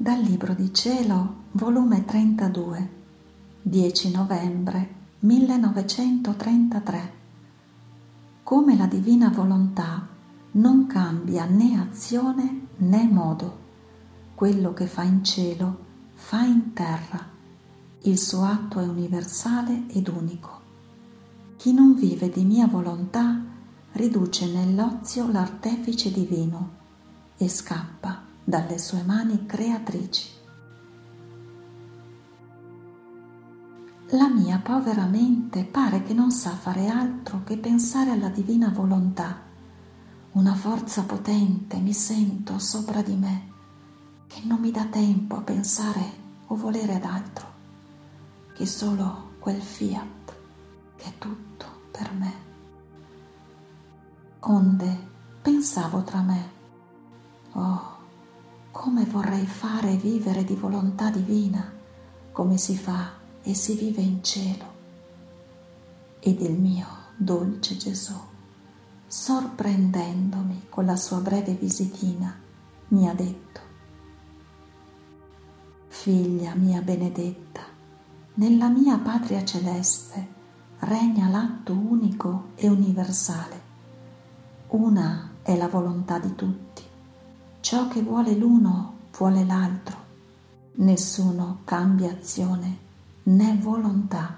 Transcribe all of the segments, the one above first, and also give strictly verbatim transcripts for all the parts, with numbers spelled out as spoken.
Dal Libro di Cielo, volume trentadue, dieci novembre millenovecentotrentatré. Come la divina volontà non cambia né azione né modo, quello che fa in cielo fa in terra, il suo atto è universale ed unico. Chi non vive di mia volontà riduce nell'ozio l'artefice divino e scappa dalle sue mani creatrici. La mia povera mente pare che non sa fare altro che pensare alla divina volontà. Una forza potente mi sento sopra di me che non mi dà tempo a pensare o volere ad altro che solo quel fiat che è tutto per me. Onde pensavo tra me: oh, come vorrei fare e vivere di volontà divina, come si fa e si vive in cielo. Ed il mio dolce Gesù, sorprendendomi con la sua breve visitina, mi ha detto: figlia mia benedetta, nella mia patria celeste regna l'atto unico e universale. Una è la volontà di tutti. Ciò che vuole l'uno vuole l'altro. Nessuno cambia azione né volontà.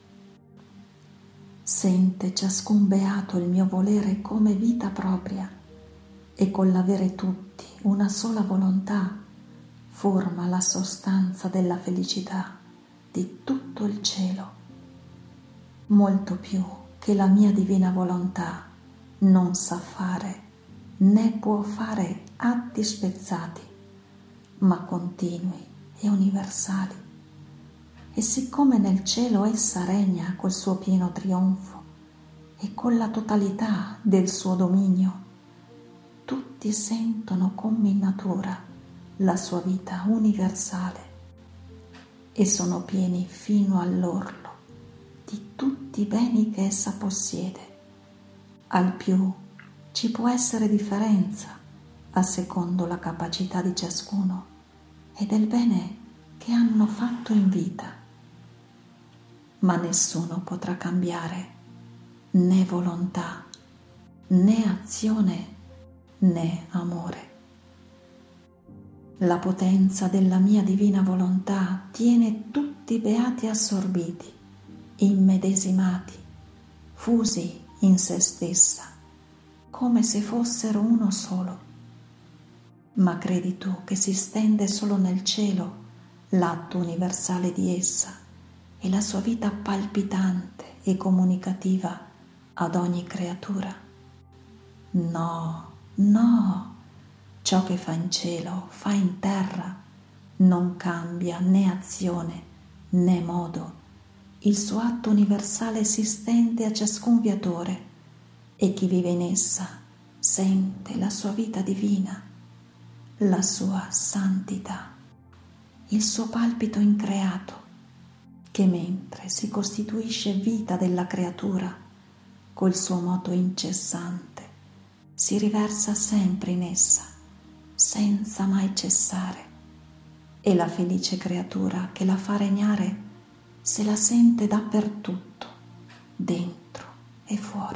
Sente ciascun beato il mio volere come vita propria e con l'avere tutti una sola volontà forma la sostanza della felicità di tutto il cielo. Molto più che la mia divina volontà non sa fare né può fare atti spezzati, ma continui e universali. E siccome nel cielo essa regna col suo pieno trionfo e con la totalità del suo dominio, tutti sentono come in natura la sua vita universale e sono pieni fino all'orlo di tutti i beni che essa possiede. Al più ci può essere differenza a secondo la capacità di ciascuno e del bene che hanno fatto in vita, ma nessuno potrà cambiare né volontà, né azione, né amore. La potenza della mia divina volontà tiene tutti i beati assorbiti, immedesimati, fusi in se stessa, come se fossero uno solo. Ma credi tu che si stende solo nel cielo l'atto universale di essa e la sua vita palpitante e comunicativa ad ogni creatura? No, no, ciò che fa in cielo fa in terra, non cambia né azione né modo. Il suo atto universale si stende a ciascun viatore e chi vive in essa sente la sua vita divina, la sua santità, il suo palpito increato, che mentre si costituisce vita della creatura, col suo moto incessante, si riversa sempre in essa, senza mai cessare, e la felice creatura che la fa regnare se la sente dappertutto, dentro e fuori.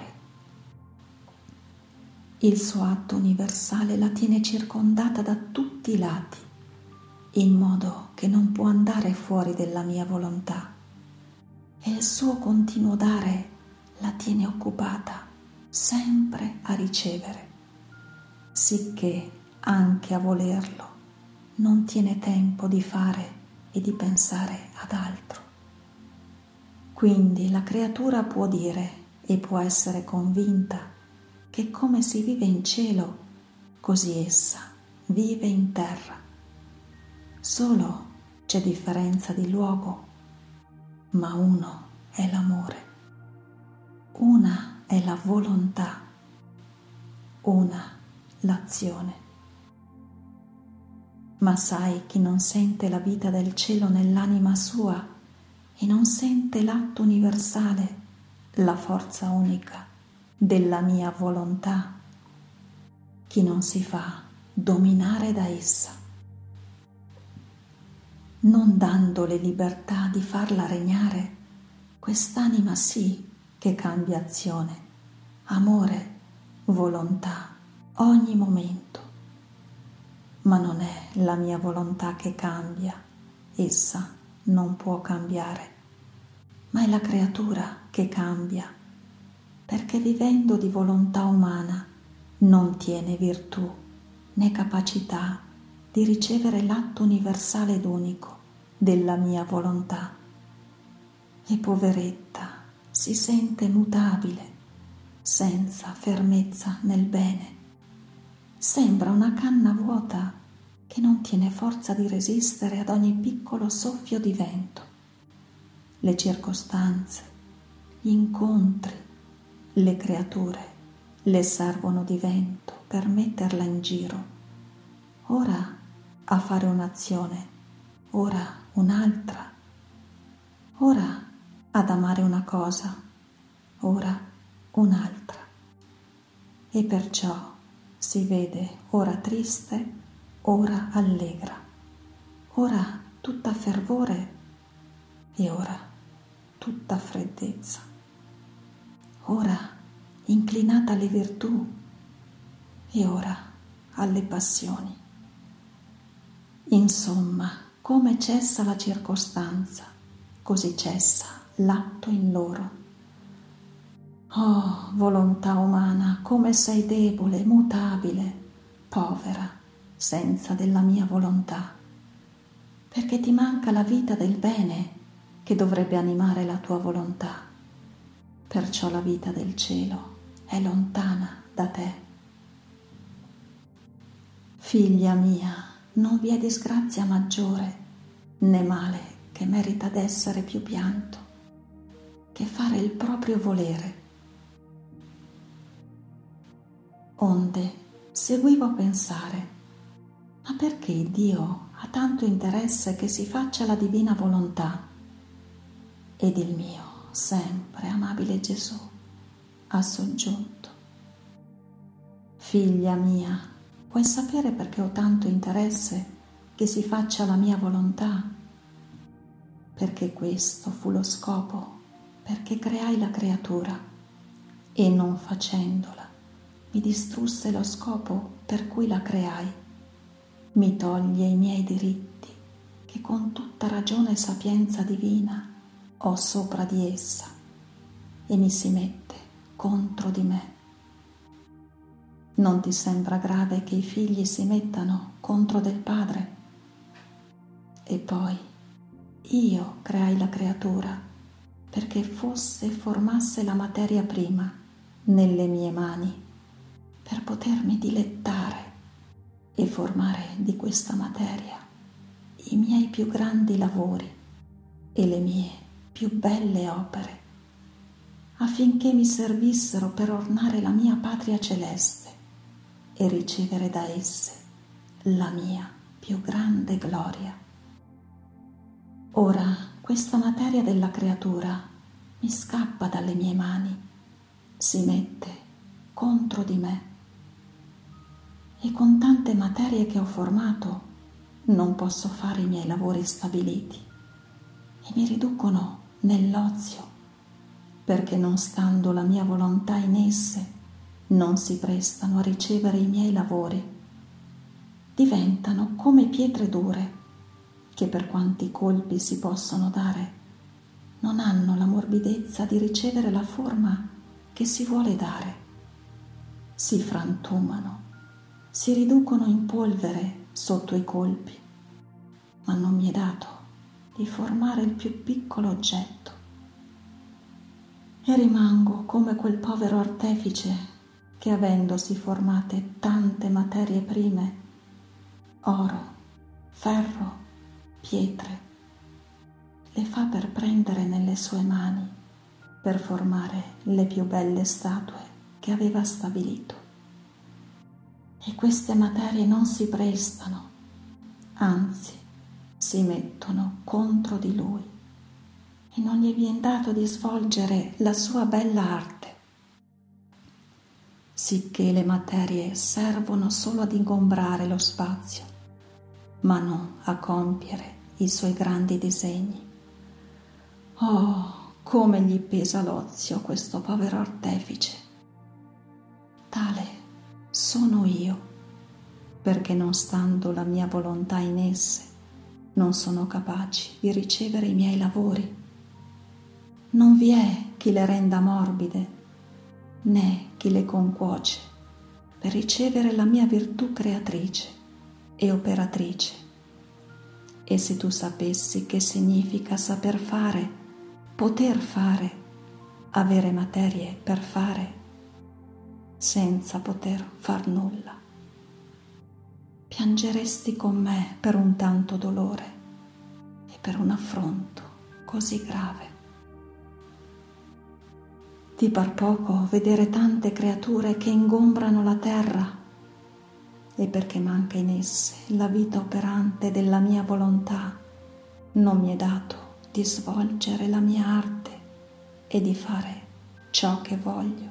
Il suo atto universale la tiene circondata da tutti i lati, in modo che non può andare fuori della mia volontà, e il suo continuo dare la tiene occupata sempre a ricevere, sicché anche a volerlo non tiene tempo di fare e di pensare ad altro. Quindi la creatura può dire e può essere convinta che come si vive in cielo, così essa vive in terra. Solo c'è differenza di luogo, ma uno è l'amore, una è la volontà, una l'azione. Ma sai chi non sente la vita del cielo nell'anima sua e non sente l'atto universale, la forza unica della mia volontà? Chi non si fa dominare da essa. non dandole libertà di farla regnare, quest'anima sì che cambia azione, amore, volontà, ogni momento. Ma non è la mia volontà che cambia, essa non può cambiare, ma è la creatura che cambia, perché vivendo di volontà umana non tiene virtù né capacità di ricevere l'atto universale ed unico della mia volontà. E poveretta si sente mutabile, senza fermezza nel bene. Sembra una canna vuota che non tiene forza di resistere ad ogni piccolo soffio di vento. Le circostanze, gli incontri, le creature le servono di vento per metterla in giro, ora a fare un'azione, ora un'altra, ora ad amare una cosa, ora un'altra. E perciò si vede ora triste, ora allegra, ora tutta fervore e ora tutta freddezza, ora inclinata alle virtù e ora alle passioni. Insomma, come cessa la circostanza, così cessa l'atto in loro. Oh, volontà umana, come sei debole, mutabile, povera, senza della mia volontà, perché ti manca la vita del bene che dovrebbe animare la tua volontà. Perciò la vita del cielo è lontana da te. Figlia mia, non vi è disgrazia maggiore, né male che merita d'essere più pianto, che fare il proprio volere. Onde seguivo a pensare, ma perché Dio ha tanto interesse che si faccia la divina volontà? Ed il mio sempre amabile Gesù ha soggiunto: figlia mia, vuoi sapere perché ho tanto interesse che si faccia la mia volontà? Perché questo fu lo scopo, perché creai la creatura, e non facendola mi distrusse lo scopo per cui la creai, mi toglie i miei diritti che con tutta ragione e sapienza divina ho sopra di essa e mi si mette contro di me. Non ti sembra grave che i figli si mettano contro del padre? E poi io creai la creatura perché fosse e formasse la materia prima nelle mie mani, per potermi dilettare e formare di questa materia i miei più grandi lavori e le mie più belle opere, affinché mi servissero per ornare la mia patria celeste e ricevere da esse la mia più grande gloria. Ora questa materia della creatura mi scappa dalle mie mani, si mette contro di me, e con tante materie che ho formato non posso fare i miei lavori stabiliti e mi riducono nell'ozio, perché non stando la mia volontà in esse non si prestano a ricevere i miei lavori. Diventano come pietre dure che, per quanti colpi si possono dare, non hanno la morbidezza di ricevere la forma che si vuole dare. Si frantumano, si riducono in polvere sotto i colpi, ma non mi è dato di formare il più piccolo oggetto. E rimango come quel povero artefice che, avendosi formate tante materie prime, oro, ferro, pietre, le fa per prendere nelle sue mani per formare le più belle statue che aveva stabilito. E queste materie non si prestano, anzi si mettono contro di lui e non gli viene dato di svolgere la sua bella arte, sicché le materie servono solo ad ingombrare lo spazio, ma non a compiere i suoi grandi disegni. Oh, come gli pesa l'ozio questo povero artefice. Tale sono io, perché non stando la mia volontà in esse, non sono capaci di ricevere i miei lavori. Non vi è chi le renda morbide, né chi le concuoce per ricevere la mia virtù creatrice e operatrice. E se tu sapessi che significa saper fare, poter fare, avere materie per fare, senza poter far nulla, piangeresti con me per un tanto dolore e per un affronto così grave. Ti par poco vedere tante creature che ingombrano la terra, e perché manca in esse la vita operante della mia volontà, non mi è dato di svolgere la mia arte e di fare ciò che voglio.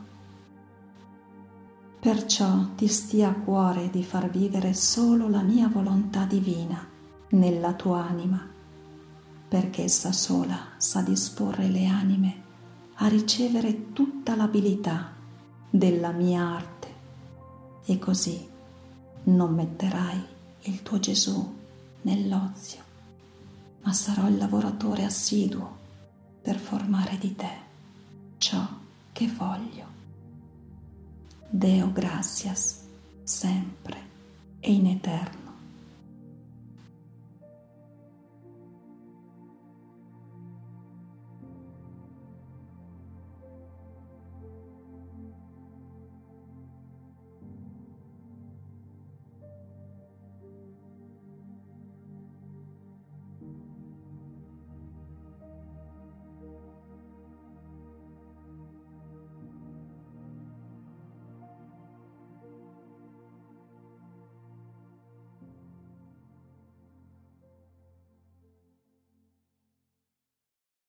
Perciò ti stia a cuore di far vivere solo la mia volontà divina nella tua anima, perché essa sola sa disporre le anime a ricevere tutta l'abilità della mia arte, e così non metterai il tuo Gesù nell'ozio, ma sarò il lavoratore assiduo per formare di te ciò che voglio. Deo gratias sempre e in eterno.